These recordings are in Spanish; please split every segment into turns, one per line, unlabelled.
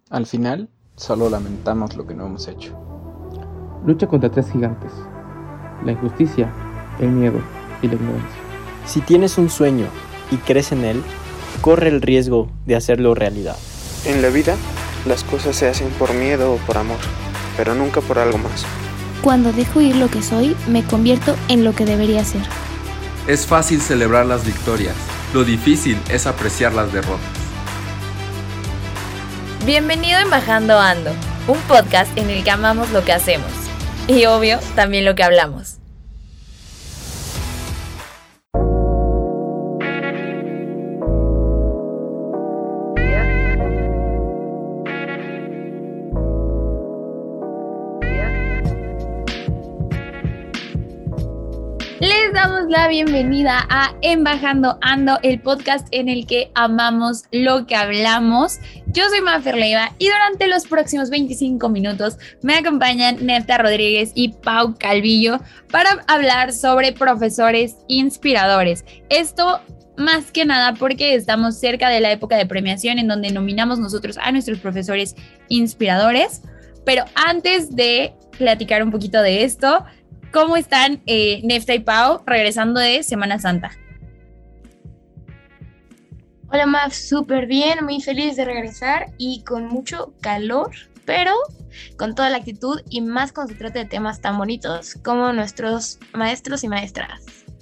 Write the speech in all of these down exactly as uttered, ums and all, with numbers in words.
Al final, solo lamentamos lo que no hemos hecho.
Lucha contra tres gigantes: la injusticia, el miedo y la ignorancia.
Si tienes un sueño y crees en él, corre el riesgo de hacerlo realidad.
En la vida, las cosas se hacen por miedo o por amor, pero nunca por algo más.
Cuando dejo ir lo que soy, me convierto en lo que debería ser.
Es fácil celebrar las victorias, lo difícil es apreciar las derrotas.
Bienvenido en Bajando Ando, un podcast en el que amamos lo que hacemos y obvio, también lo que hablamos.
Les damos la bienvenida a En Bajando Ando, el podcast en el que amamos lo que hablamos. Yo soy Mafer Leiva y durante los próximos veinticinco minutos me acompañan Nefta Rodríguez y Pau Calvillo para hablar sobre profesores inspiradores. Esto más que nada porque estamos cerca de la época de premiación en donde nominamos nosotros a nuestros profesores inspiradores. Pero antes de platicar un poquito de esto, ¿cómo están eh, Nefta y Pau regresando de Semana Santa?
Hola Maf, súper bien, muy feliz de regresar y con mucho calor, pero con toda la actitud y más cuando se trata de temas tan bonitos como nuestros maestros y maestras.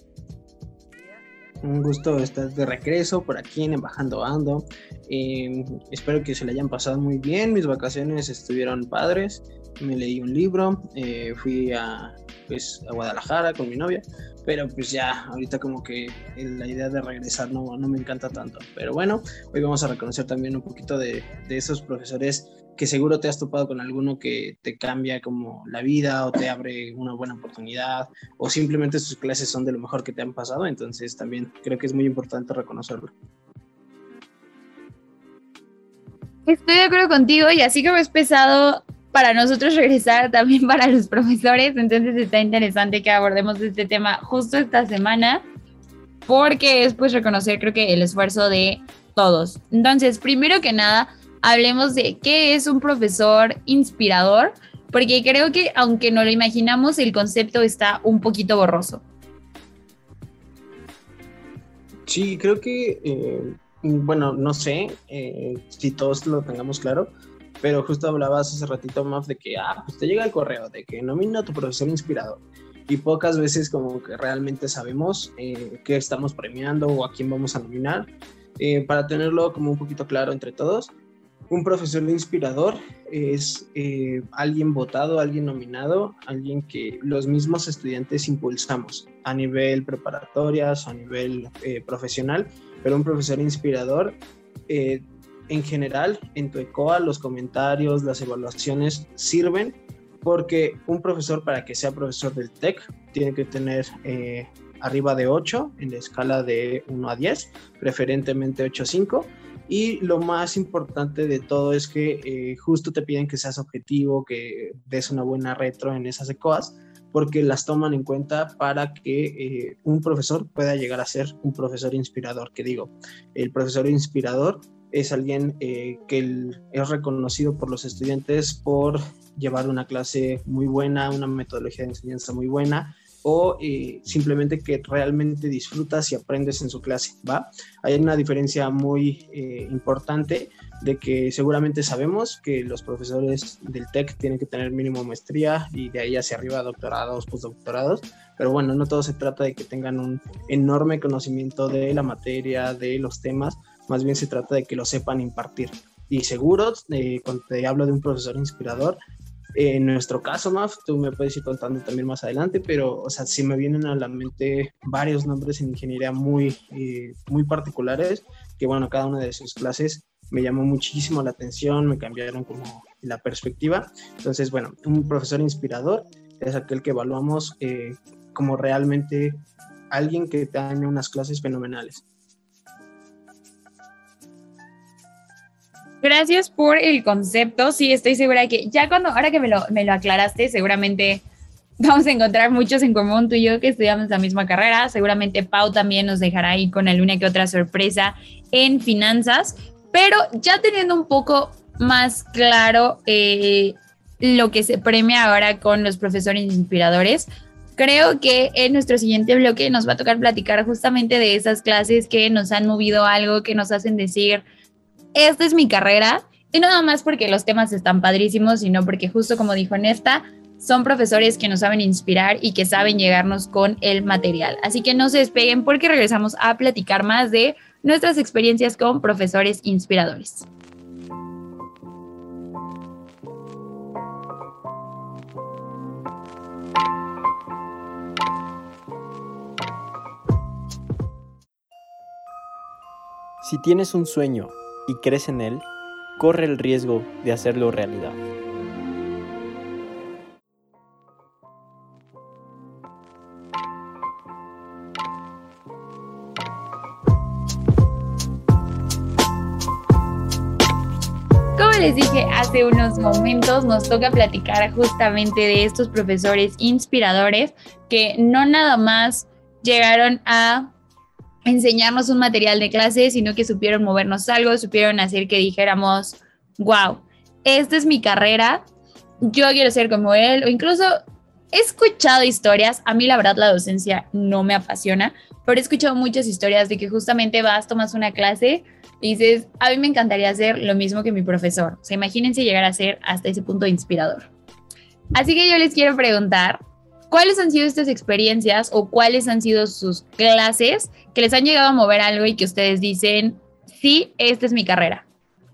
Un gusto estar de regreso por aquí en Bajando Ando. Eh, espero que se le hayan pasado muy bien. Mis vacaciones estuvieron padres. Me leí un libro, eh, fui a, pues, a Guadalajara con mi novia, pero pues ya ahorita como que la idea de regresar no, no me encanta tanto. Pero bueno, hoy vamos a reconocer también un poquito de, de esos profesores que seguro te has topado con alguno que te cambia como la vida o te abre una buena oportunidad o simplemente sus clases son de lo mejor que te han pasado. Entonces también creo que es muy importante reconocerlo.
Estoy de acuerdo contigo y así como es pesado para nosotros regresar, también para los profesores, entonces está interesante que abordemos este tema justo esta semana porque es pues reconocer creo que el esfuerzo de todos. Entonces, primero que nada, hablemos de qué es un profesor inspirador, porque creo que aunque no lo imaginamos, el concepto está un poquito borroso.
Sí, creo que, eh, bueno, no sé eh, si todos lo tengamos claro, pero justo hablabas hace ratito, Maf, de que ah, pues te llega el correo de que nomina a tu profesor inspirador y pocas veces como que realmente sabemos eh, qué estamos premiando o a quién vamos a nominar. Eh, para tenerlo como un poquito claro entre todos, un profesor inspirador es eh, alguien votado, alguien nominado, alguien que los mismos estudiantes impulsamos a nivel preparatorias o a nivel eh, profesional, pero un profesor inspirador eh, en general, en tu ECOA, los comentarios, las evaluaciones sirven porque un profesor, para que sea profesor del TEC, tiene que tener eh, arriba de ocho en la escala de uno a diez, preferentemente ocho a cinco. Y lo más importante de todo es que eh, justo te piden que seas objetivo, que des una buena retro en esas ECOAs, porque las toman en cuenta para que eh, un profesor pueda llegar a ser un profesor inspirador. Que digo, el profesor inspirador es alguien eh, que el, es reconocido por los estudiantes por llevar una clase muy buena, una metodología de enseñanza muy buena, o eh, simplemente que realmente disfrutas y aprendes en su clase, ¿va? Hay una diferencia muy eh, importante de que seguramente sabemos que los profesores del TEC tienen que tener mínimo maestría y de ahí hacia arriba doctorados, postdoctorados, pero bueno, no todo se trata de que tengan un enorme conocimiento de la materia, de los temas, más bien se trata de que lo sepan impartir. Y seguro, eh, cuando te hablo de un profesor inspirador, eh, en nuestro caso, Maf, tú me puedes ir contando también más adelante, pero o sea, sí me vienen a la mente varios nombres en ingeniería muy, eh, muy particulares, que bueno, cada una de sus clases me llamó muchísimo la atención, me cambiaron como la perspectiva. Entonces, bueno, un profesor inspirador es aquel que evaluamos eh, como realmente alguien que tiene unas clases fenomenales.
Gracias por el concepto. Sí, estoy segura que ya cuando, ahora que me lo, me lo aclaraste, seguramente vamos a encontrar muchos en común, tú y yo que estudiamos la misma carrera. Seguramente Pau también nos dejará ahí con alguna que otra sorpresa en finanzas. Pero ya teniendo un poco más claro eh, lo que se premia ahora con los profesores inspiradores. Creo que en nuestro siguiente bloque nos va a tocar platicar justamente de esas clases que nos han movido algo, que nos hacen decir, esta es mi carrera, y no nada más porque los temas están padrísimos, sino porque justo como dijo Nefta, son profesores que nos saben inspirar y que saben llegarnos con el material. Así que no se despeguen porque regresamos a platicar más de nuestras experiencias con profesores inspiradores.
Si tienes un sueño y crees en él, corre el riesgo de hacerlo realidad.
Como les dije hace unos momentos, nos toca platicar justamente de estos profesores inspiradores que no nada más llegaron a enseñarnos un material de clase, sino que supieron movernos algo, supieron hacer que dijéramos, wow, esta es mi carrera, yo quiero ser como él, o incluso he escuchado historias, a mí la verdad la docencia no me apasiona, pero he escuchado muchas historias de que justamente vas, tomas una clase y dices, a mí me encantaría hacer lo mismo que mi profesor, o sea, imagínense llegar a ser hasta ese punto inspirador. Así que yo les quiero preguntar, ¿cuáles han sido estas experiencias o cuáles han sido sus clases que les han llegado a mover algo y que ustedes dicen, sí, esta es mi carrera?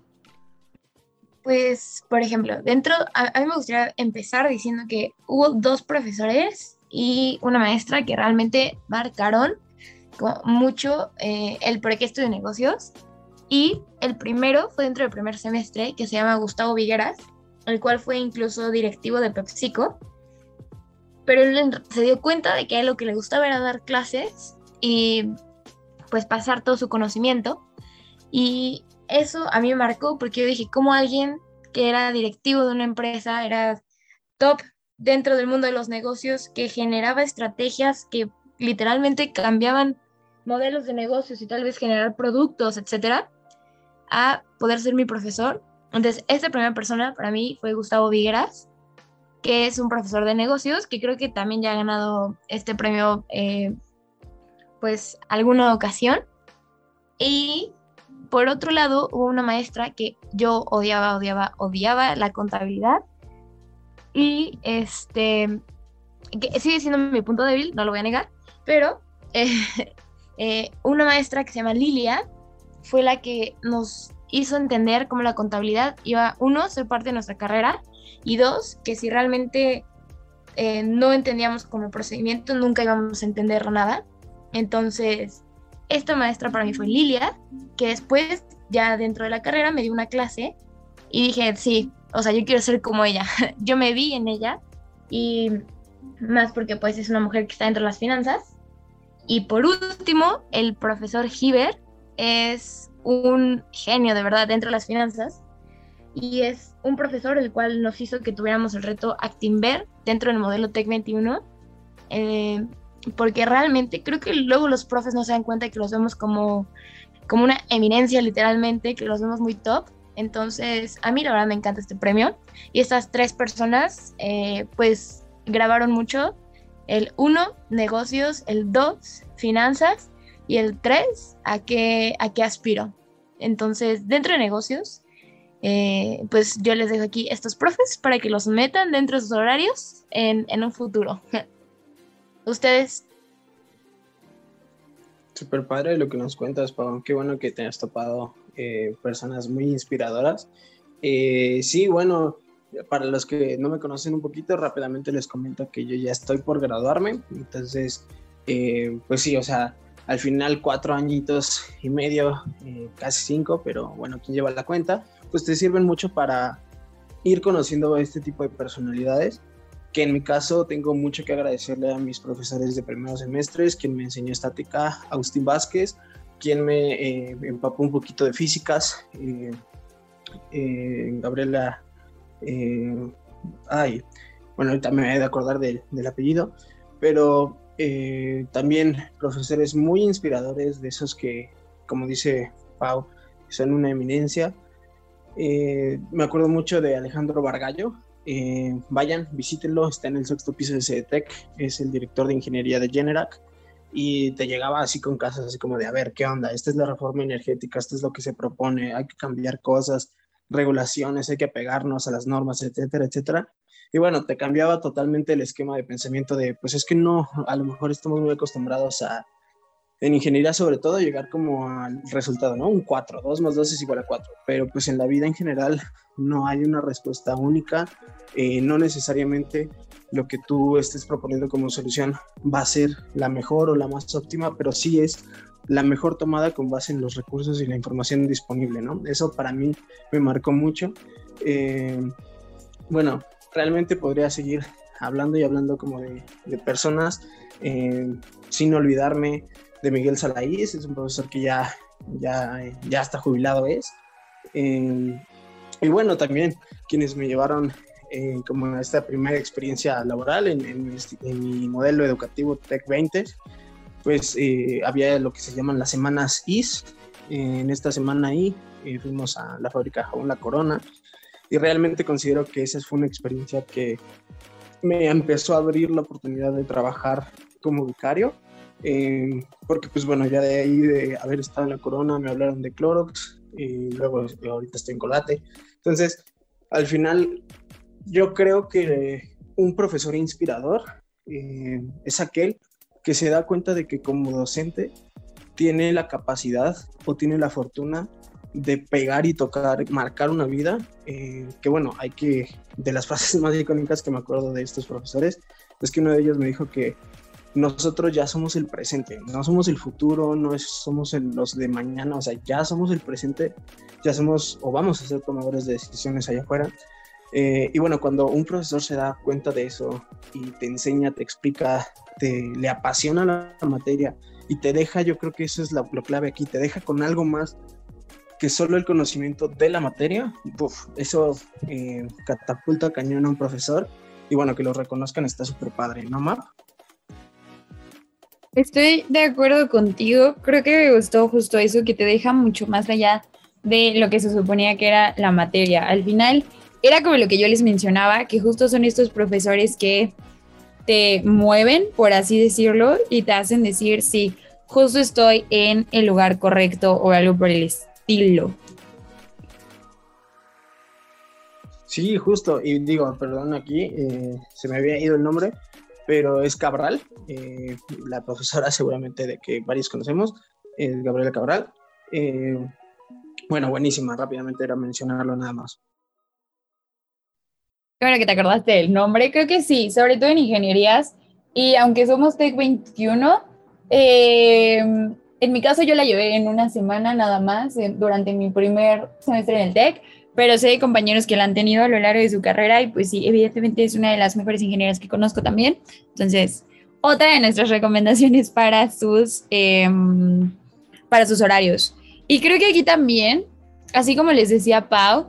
Pues, por ejemplo, dentro, a, a mí me gustaría empezar diciendo que hubo dos profesores y una maestra que realmente marcaron como mucho eh, el por qué estudio negocios. Y el primero fue dentro del primer semestre, que se llama Gustavo Vigueras, el cual fue incluso directivo de PepsiCo. Pero él se dio cuenta de que a él lo que le gustaba era dar clases y pues pasar todo su conocimiento. Y eso a mí me marcó porque yo dije, ¿cómo alguien que era directivo de una empresa, era top dentro del mundo de los negocios, que generaba estrategias que literalmente cambiaban modelos de negocios y tal vez generar productos, etcétera, a poder ser mi profesor? Entonces, esta primera persona para mí fue Gustavo Vigueras, que es un profesor de negocios, que creo que también ya ha ganado este premio, eh, pues, alguna ocasión. Y por otro lado, hubo una maestra que yo odiaba, odiaba, odiaba la contabilidad. Y este, que sigue siendo mi punto débil, no lo voy a negar, pero eh, eh, una maestra que se llama Lilia fue la que nos hizo entender cómo la contabilidad iba, uno, a ser parte de nuestra carrera, y dos, que si realmente eh, no entendíamos como el procedimiento, nunca íbamos a entender nada. Entonces, esta maestra para mí fue Lilia, que después, ya dentro de la carrera, me dio una clase y dije, sí, o sea, yo quiero ser como ella. Yo me vi en ella, y más porque pues es una mujer que está dentro de las finanzas. Y por último, el profesor Giver es un genio de verdad dentro de las finanzas, y es un profesor el cual nos hizo que tuviéramos el reto Actinver dentro del modelo Tec veintiuno, eh, porque realmente creo que luego los profes no se dan cuenta que los vemos como, como una eminencia literalmente, que los vemos muy top. Entonces a mí la verdad me encanta este premio, y estas tres personas eh, pues grabaron mucho: el uno, negocios; el dos, finanzas; y el tres, a qué, a qué aspiro. Entonces, dentro de negocios, eh, pues yo les dejo aquí estos profes para que los metan dentro de sus horarios en, en un futuro. ¿Ustedes?
Súper padre lo que nos cuentas, Pau. Qué bueno que te has topado eh, personas muy inspiradoras. Eh, sí, bueno, para los que no me conocen un poquito, rápidamente les comento que yo ya estoy por graduarme. Entonces, eh, pues sí, o sea, al final cuatro añitos y medio, eh, casi cinco, pero bueno, quien lleva la cuenta, pues te sirven mucho para ir conociendo este tipo de personalidades, que en mi caso tengo mucho que agradecerle a mis profesores de primeros semestres, quien me enseñó estática, Agustín Vázquez, quien me eh, empapó un poquito de físicas, eh, eh, Gabriela, eh, ay, bueno, ahorita me voy a acordar del, del apellido, pero eh, también profesores muy inspiradores, de esos que, como dice Pau, son una eminencia. Eh, me acuerdo mucho de Alejandro Bargallo. Eh, vayan, visítenlo, está en el sexto piso de CEDETEC, es el director de ingeniería de Generac, y te llegaba así con casos así como de, a ver, ¿qué onda? Esta es la reforma energética, esto es lo que se propone, hay que cambiar cosas, regulaciones, hay que apegarnos a las normas, etcétera, etcétera. Y bueno, te cambiaba totalmente el esquema de pensamiento de, pues es que no, a lo mejor estamos muy acostumbrados a, en ingeniería sobre todo, llegar como al resultado, ¿no? Un cuatro, dos más dos es igual a cuatro, pero pues en la vida en general no hay una respuesta única, eh, no necesariamente lo que tú estés proponiendo como solución va a ser la mejor o la más óptima, pero sí es la mejor tomada con base en los recursos y la información disponible, ¿no? Eso para mí me marcó mucho. Eh, bueno, realmente podría seguir hablando y hablando como de, de personas, eh, sin olvidarme de Miguel Salaís, es un profesor que ya, ya, ya está jubilado es. Eh, y bueno, también quienes me llevaron eh, como esta primera experiencia laboral en, en, en mi modelo educativo Tec veinte, pues eh, había lo que se llaman las semanas I S. Eh, en esta semana I eh, fuimos a la fábrica de jabón La Corona, y realmente considero que esa fue una experiencia que me empezó a abrir la oportunidad de trabajar como becario. Eh, porque pues bueno, ya de ahí de haber estado en La Corona me hablaron de Clorox, y luego ahorita estoy en Colate. Entonces, al final yo creo que un profesor inspirador eh, es aquel que se da cuenta de que como docente tiene la capacidad o tiene la fortuna de pegar y tocar, marcar una vida, eh, que bueno, hay que, de las frases más icónicas que me acuerdo de estos profesores, es que uno de ellos me dijo que nosotros ya somos el presente, no somos el futuro, no es, somos el, los de mañana, o sea, ya somos el presente, ya somos o vamos a ser tomadores de decisiones allá afuera. Eh, y bueno, cuando un profesor se da cuenta de eso y te enseña, te explica, te, le apasiona la, la materia y te deja, yo creo que eso es la, lo clave aquí, te deja con algo más que solo el conocimiento de la materia, uf, eso eh, catapulta cañón a un profesor, y bueno, que lo reconozcan está súper padre, ¿no, Map?
Estoy de acuerdo contigo, creo que me gustó justo eso, que te deja mucho más allá de lo que se suponía que era la materia. Al final era como lo que yo les mencionaba, que justo son estos profesores que te mueven, por así decirlo, y te hacen decir, sí, justo estoy en el lugar correcto o algo por el estilo.
Sí, justo, y digo, perdón aquí, eh, se me había ido el nombre, pero es Cabral, eh, la profesora seguramente de que varios conocemos, es Gabriela Cabral. Eh, bueno, buenísima, rápidamente era mencionarlo nada más.
Qué bueno que te acordaste del nombre, creo que sí, sobre todo en ingenierías, y aunque somos Tec veintiuno, eh, en mi caso yo la llevé en una semana nada más, eh, durante mi primer semestre en el Tec, pero sé de compañeros que la han tenido a lo largo de su carrera y pues sí, evidentemente es una de las mejores ingenieras que conozco también. Entonces, otra de nuestras recomendaciones para sus, eh, para sus horarios. Y creo que aquí también, así como les decía Pau,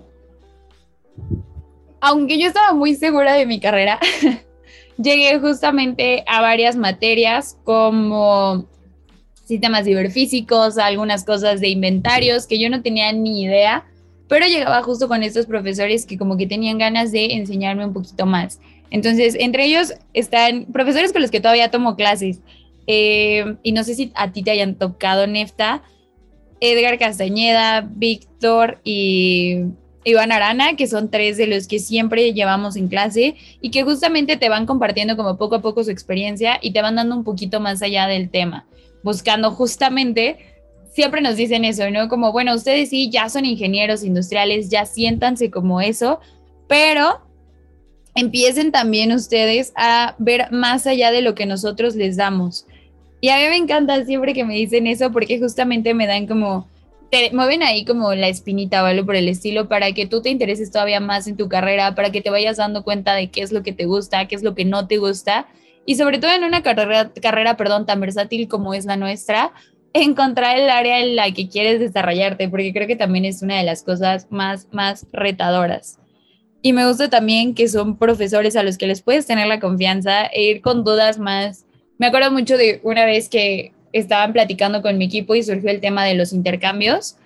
aunque yo estaba muy segura de mi carrera, llegué justamente a varias materias como sistemas ciberfísicos, algunas cosas de inventarios que yo no tenía ni idea, pero llegaba justo con estos profesores que como que tenían ganas de enseñarme un poquito más. Entonces, entre ellos están profesores con los que todavía tomo clases, eh, y no sé si a ti te hayan tocado, Nefta, Edgar Castañeda, Víctor y Iván Arana, que son tres de los que siempre llevamos en clase y que justamente te van compartiendo como poco a poco su experiencia y te van dando un poquito más allá del tema, buscando justamente... Siempre nos dicen eso, ¿no? Como, bueno, ustedes sí ya son ingenieros industriales, ya siéntanse como eso, pero empiecen también ustedes a ver más allá de lo que nosotros les damos. Y a mí me encanta siempre que me dicen eso porque justamente me dan como, te mueven ahí como la espinita o algo por el estilo para que tú te intereses todavía más en tu carrera, para que te vayas dando cuenta de qué es lo que te gusta, qué es lo que no te gusta. Y sobre todo en una carrera, carrera perdón, tan versátil como es la nuestra, encontrar el área en la que quieres desarrollarte, porque creo que también es una de las cosas más, más retadoras. Y me gusta también que son profesores a los que les puedes tener la confianza e ir con dudas más. Me acuerdo mucho de una vez que estaban platicando con mi equipo y surgió el tema de los intercambios,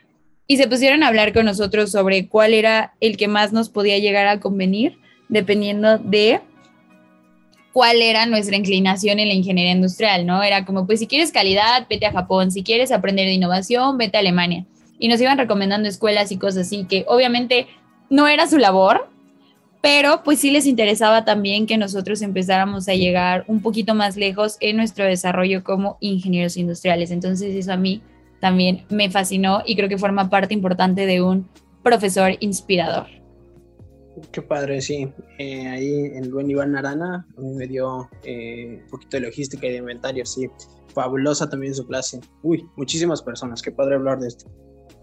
y se pusieron a hablar con nosotros sobre cuál era el que más nos podía llegar a convenir, dependiendo de cuál era nuestra inclinación en la ingeniería industrial, ¿no? Era como, pues si quieres calidad, vete a Japón, si quieres aprender de innovación, vete a Alemania. Y nos iban recomendando escuelas y cosas así, que obviamente no era su labor, pero pues sí les interesaba también que nosotros empezáramos a llegar un poquito más lejos en nuestro desarrollo como ingenieros industriales. Entonces eso a mí también me fascinó y creo que forma parte importante de un profesor inspirador.
Qué padre, sí. Eh, ahí el buen Iván Arana a mí me dio eh, un poquito de logística y de inventario, sí. Fabulosa también su clase. Uy, muchísimas personas, qué padre hablar de esto.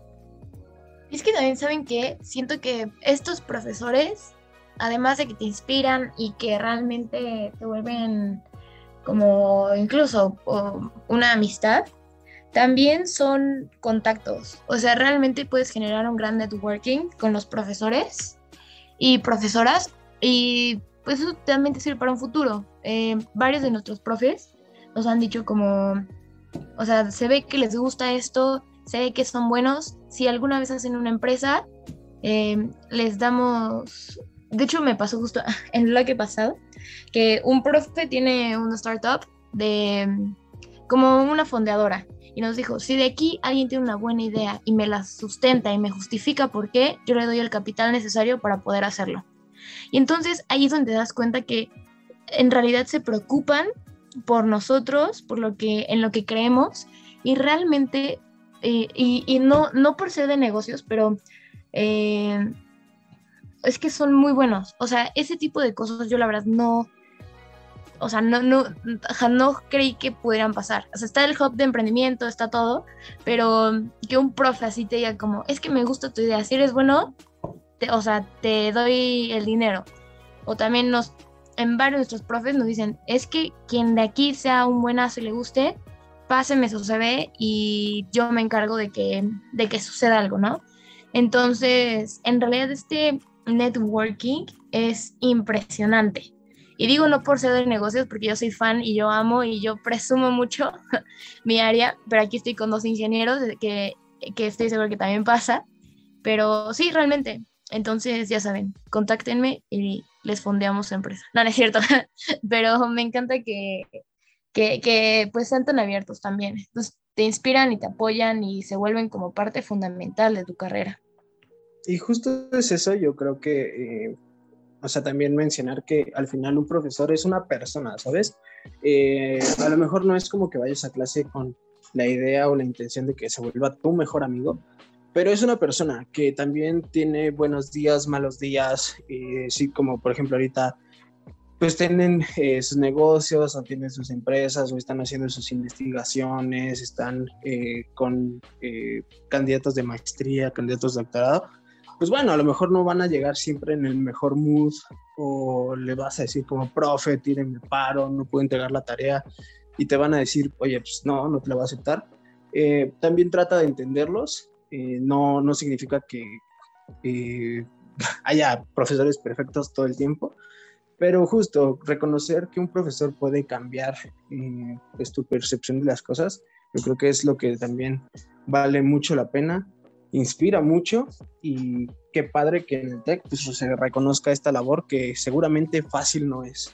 Es que también saben que siento que estos profesores, además de que te inspiran y que realmente te vuelven como incluso una amistad, también son contactos. O sea, realmente puedes generar un gran networking con los profesores y profesoras, y pues eso también te sirve para un futuro. Eh, varios de nuestros profes nos han dicho como, o sea, se ve que les gusta esto, se ve que son buenos. Si alguna vez hacen una empresa, eh, les damos... De hecho, me pasó justo en el bloque pasado, que un profe tiene una startup de como una fondeadora, y nos dijo, si de aquí alguien tiene una buena idea y me la sustenta y me justifica por qué, yo le doy el capital necesario para poder hacerlo. Y entonces ahí es donde te das cuenta que en realidad se preocupan por nosotros, por lo que, en lo que creemos, y realmente, eh, y, y no, no por ser de negocios, pero eh, es que son muy buenos. O sea, ese tipo de cosas yo la verdad no... O sea, no, no, no creí que pudieran pasar. O sea, está el hub de emprendimiento, está todo, pero que un profe así te diga como, es que me gusta tu idea, si eres bueno, te, o sea, te doy el dinero. O también nos, en varios de nuestros profes nos dicen, es que quien de aquí sea un buenazo y le guste, páseme su C V y yo me encargo de que, de que suceda algo, ¿no? Entonces, en realidad este networking es impresionante. Y digo no por ser de negocios, porque yo soy fan y yo amo y yo presumo mucho mi área, pero aquí estoy con dos ingenieros que, que estoy seguro que también pasa. Pero sí, realmente. Entonces, ya saben, contáctenme y les fondeamos su empresa. No, no es cierto, pero me encanta que, que, que pues sean tan abiertos también. Entonces, te inspiran y te apoyan y se vuelven como parte fundamental de tu carrera.
Y justo es eso, yo creo que... Eh... O sea, también mencionar que al final un profesor es una persona, ¿sabes? Eh, a lo mejor no es como que vayas a clase con la idea o la intención de que se vuelva tu mejor amigo, pero es una persona que también tiene buenos días, malos días, eh, sí, como por ejemplo ahorita, pues tienen eh, sus negocios o tienen sus empresas o están haciendo sus investigaciones, están eh, con eh, candidatos de maestría, candidatos de doctorado. Pues bueno, a lo mejor no van a llegar siempre en el mejor mood o le vas a decir como, profe, tírenme paro, no puedo entregar la tarea, y te van a decir, oye, pues no, no te la voy a aceptar. Eh, también trata de entenderlos, eh, no, no significa que eh, haya profesores perfectos todo el tiempo, pero justo reconocer que un profesor puede cambiar eh, pues, tu percepción de las cosas, yo creo que es lo que también vale mucho la pena. Inspira mucho, y qué padre que en el TEC pues, se reconozca esta labor que seguramente fácil no es.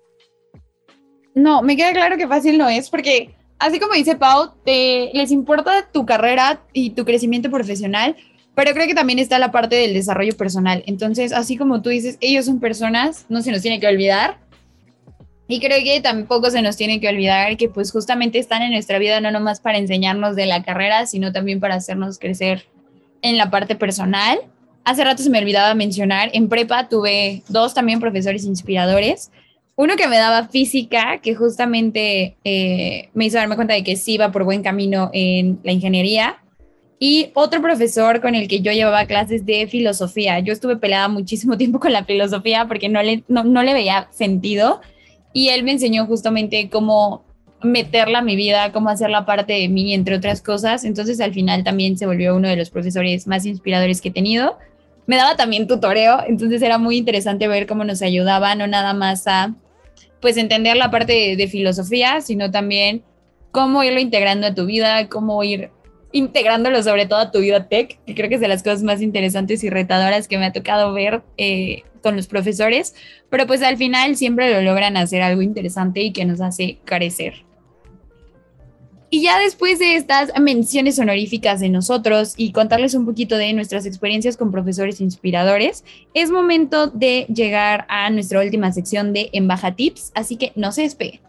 No, me queda claro que fácil no es, porque así como dice Pau, te, les importa tu carrera y tu crecimiento profesional, pero creo que también está la parte del desarrollo personal. Entonces, así como tú dices, ellos son personas, no se nos tiene que olvidar, y creo que tampoco se nos tiene que olvidar que pues justamente están en nuestra vida no nomás para enseñarnos de la carrera, sino también para hacernos crecer en la parte personal. Hace rato se me olvidaba mencionar, en prepa tuve dos también profesores inspiradores. Uno que me daba física, que justamente eh, me hizo darme cuenta de que sí iba por buen camino en la ingeniería. Y otro profesor con el que yo llevaba clases de filosofía. Yo estuve peleada muchísimo tiempo con la filosofía porque no le, no, no le veía sentido. Y él me enseñó justamente cómo meterla a mi vida, cómo hacerla parte de mí, entre otras cosas. Entonces al final también se volvió uno de los profesores más inspiradores que he tenido. Me daba también tutoreo, entonces era muy interesante ver cómo nos ayudaba, no nada más a pues entender la parte de, de filosofía, sino también cómo irlo integrando a tu vida, cómo ir integrándolo sobre todo a tu vida tech, que creo que es de las cosas más interesantes y retadoras que me ha tocado ver eh, con los profesores, pero pues al final siempre lo logran hacer algo interesante y que nos hace crecer. Y ya después de estas menciones honoríficas de nosotros y contarles un poquito de nuestras experiencias con profesores inspiradores, es momento de llegar a nuestra última sección de Embaja Tips, así que no se despeguen.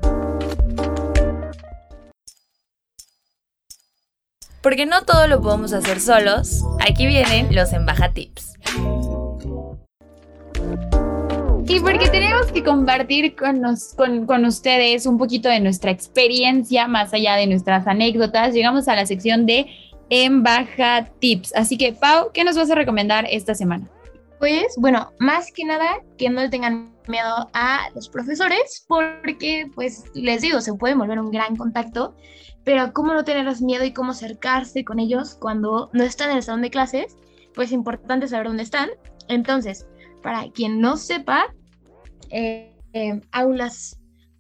Porque no todo lo podemos hacer solos, aquí vienen los Embaja Tips.
Y porque tenemos que compartir con, nos, con, con ustedes un poquito de nuestra experiencia, más allá de nuestras anécdotas, llegamos a la sección de Embaja Tips. Así que, Pau, ¿qué nos vas a recomendar esta semana?
Pues, bueno, más que nada, que no le tengan miedo a los profesores, porque, pues, les digo, se puede volver un gran contacto, pero cómo no tenerles miedo y cómo acercarse con ellos cuando no están en el salón de clases, pues es importante saber dónde están. Entonces, para quien no sepa, eh, eh, aulas,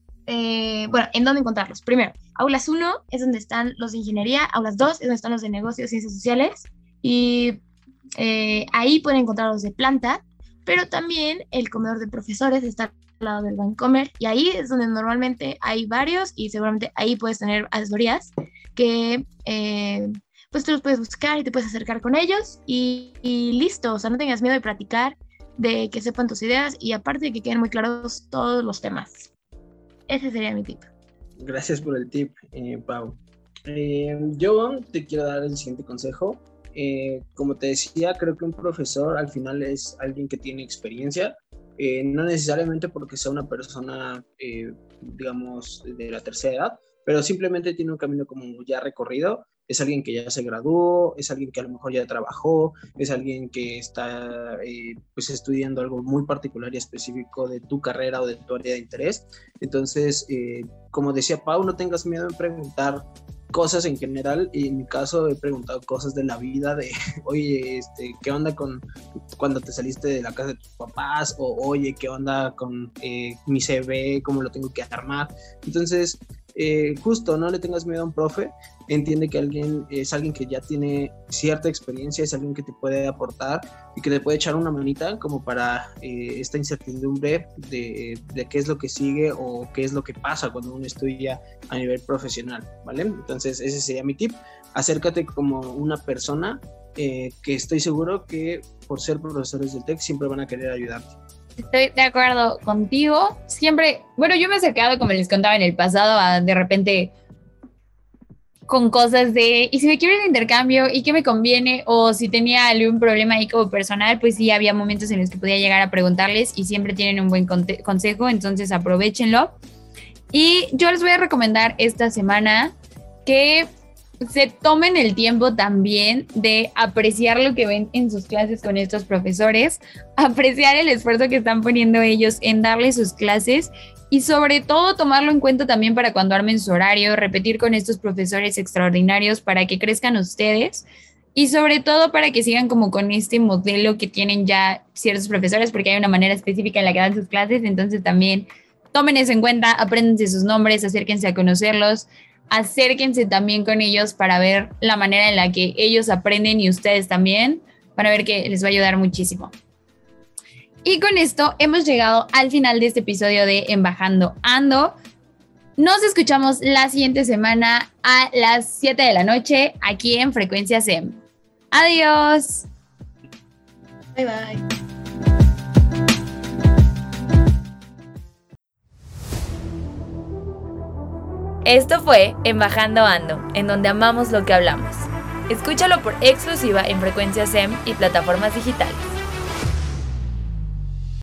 eh, bueno, ¿en dónde encontrarlos? Primero, aulas uno es donde están los de ingeniería, aulas dos es donde están los de negocios, ciencias sociales, y eh, ahí pueden encontrar los de planta, pero también el comedor de profesores está al lado del Bancomer, y ahí es donde normalmente hay varios, y seguramente ahí puedes tener asesorías que eh, pues tú los puedes buscar y te puedes acercar con ellos, y, y listo, o sea, no tengas miedo de practicar, de que sepan tus ideas, y aparte de que queden muy claros todos los temas. Ese sería mi tip.
Gracias por el tip, eh, Pau. Eh, yo te quiero dar el siguiente consejo. Eh, como te decía, creo que un profesor al final es alguien que tiene experiencia, eh, no necesariamente porque sea una persona, eh, digamos, de la tercera edad, pero simplemente tiene un camino como ya recorrido. Es alguien que ya se graduó, es alguien que a lo mejor ya trabajó, es alguien que está eh, pues estudiando algo muy particular y específico de tu carrera o de tu área de interés. Entonces, eh, como decía Pau, no tengas miedo en preguntar cosas en general, y en mi caso he preguntado cosas de la vida, de oye, este, ¿qué onda con cuando te saliste de la casa de tus papás? O oye, ¿qué onda con eh, mi C V? ¿Cómo lo tengo que armar? Entonces, eh, justo, no le tengas miedo a un profe, entiende que alguien es alguien que ya tiene cierta experiencia, es alguien que te puede aportar y que te puede echar una manita como para eh, esta incertidumbre de, de qué es lo que sigue o qué es lo que pasa cuando uno estudia a nivel profesional, ¿vale? Entonces ese sería mi tip, acércate como una persona eh, que estoy seguro que por ser profesores del TEC siempre van a querer ayudarte.
Estoy de acuerdo contigo. Siempre, bueno, yo me he acercado, como les contaba en el pasado, a de repente con cosas de, y si me quiero ir de intercambio, ¿y qué me conviene? O si tenía algún problema ahí como personal, pues sí, había momentos en los que podía llegar a preguntarles y siempre tienen un buen conte- consejo, entonces aprovéchenlo. Y yo les voy a recomendar esta semana que se tomen el tiempo también de apreciar lo que ven en sus clases con estos profesores, apreciar el esfuerzo que están poniendo ellos en darles sus clases y sobre todo tomarlo en cuenta también para cuando armen su horario, repetir con estos profesores extraordinarios para que crezcan ustedes y sobre todo para que sigan como con este modelo que tienen ya ciertos profesores, porque hay una manera específica en la que dan sus clases, entonces también tomen eso en cuenta, apréndanse sus nombres, acérquense a conocerlos, acérquense también con ellos para ver la manera en la que ellos aprenden y ustedes también, para ver que les va a ayudar muchísimo. Y con esto hemos llegado al final de este episodio de Embajando Ando. Nos escuchamos la siguiente semana a las siete de la noche aquí en Frecuencia S E M. Adiós.
Bye bye.
Esto fue Embajando Ando, en donde amamos lo que hablamos. Escúchalo por exclusiva en Frecuencia S E M y plataformas digitales.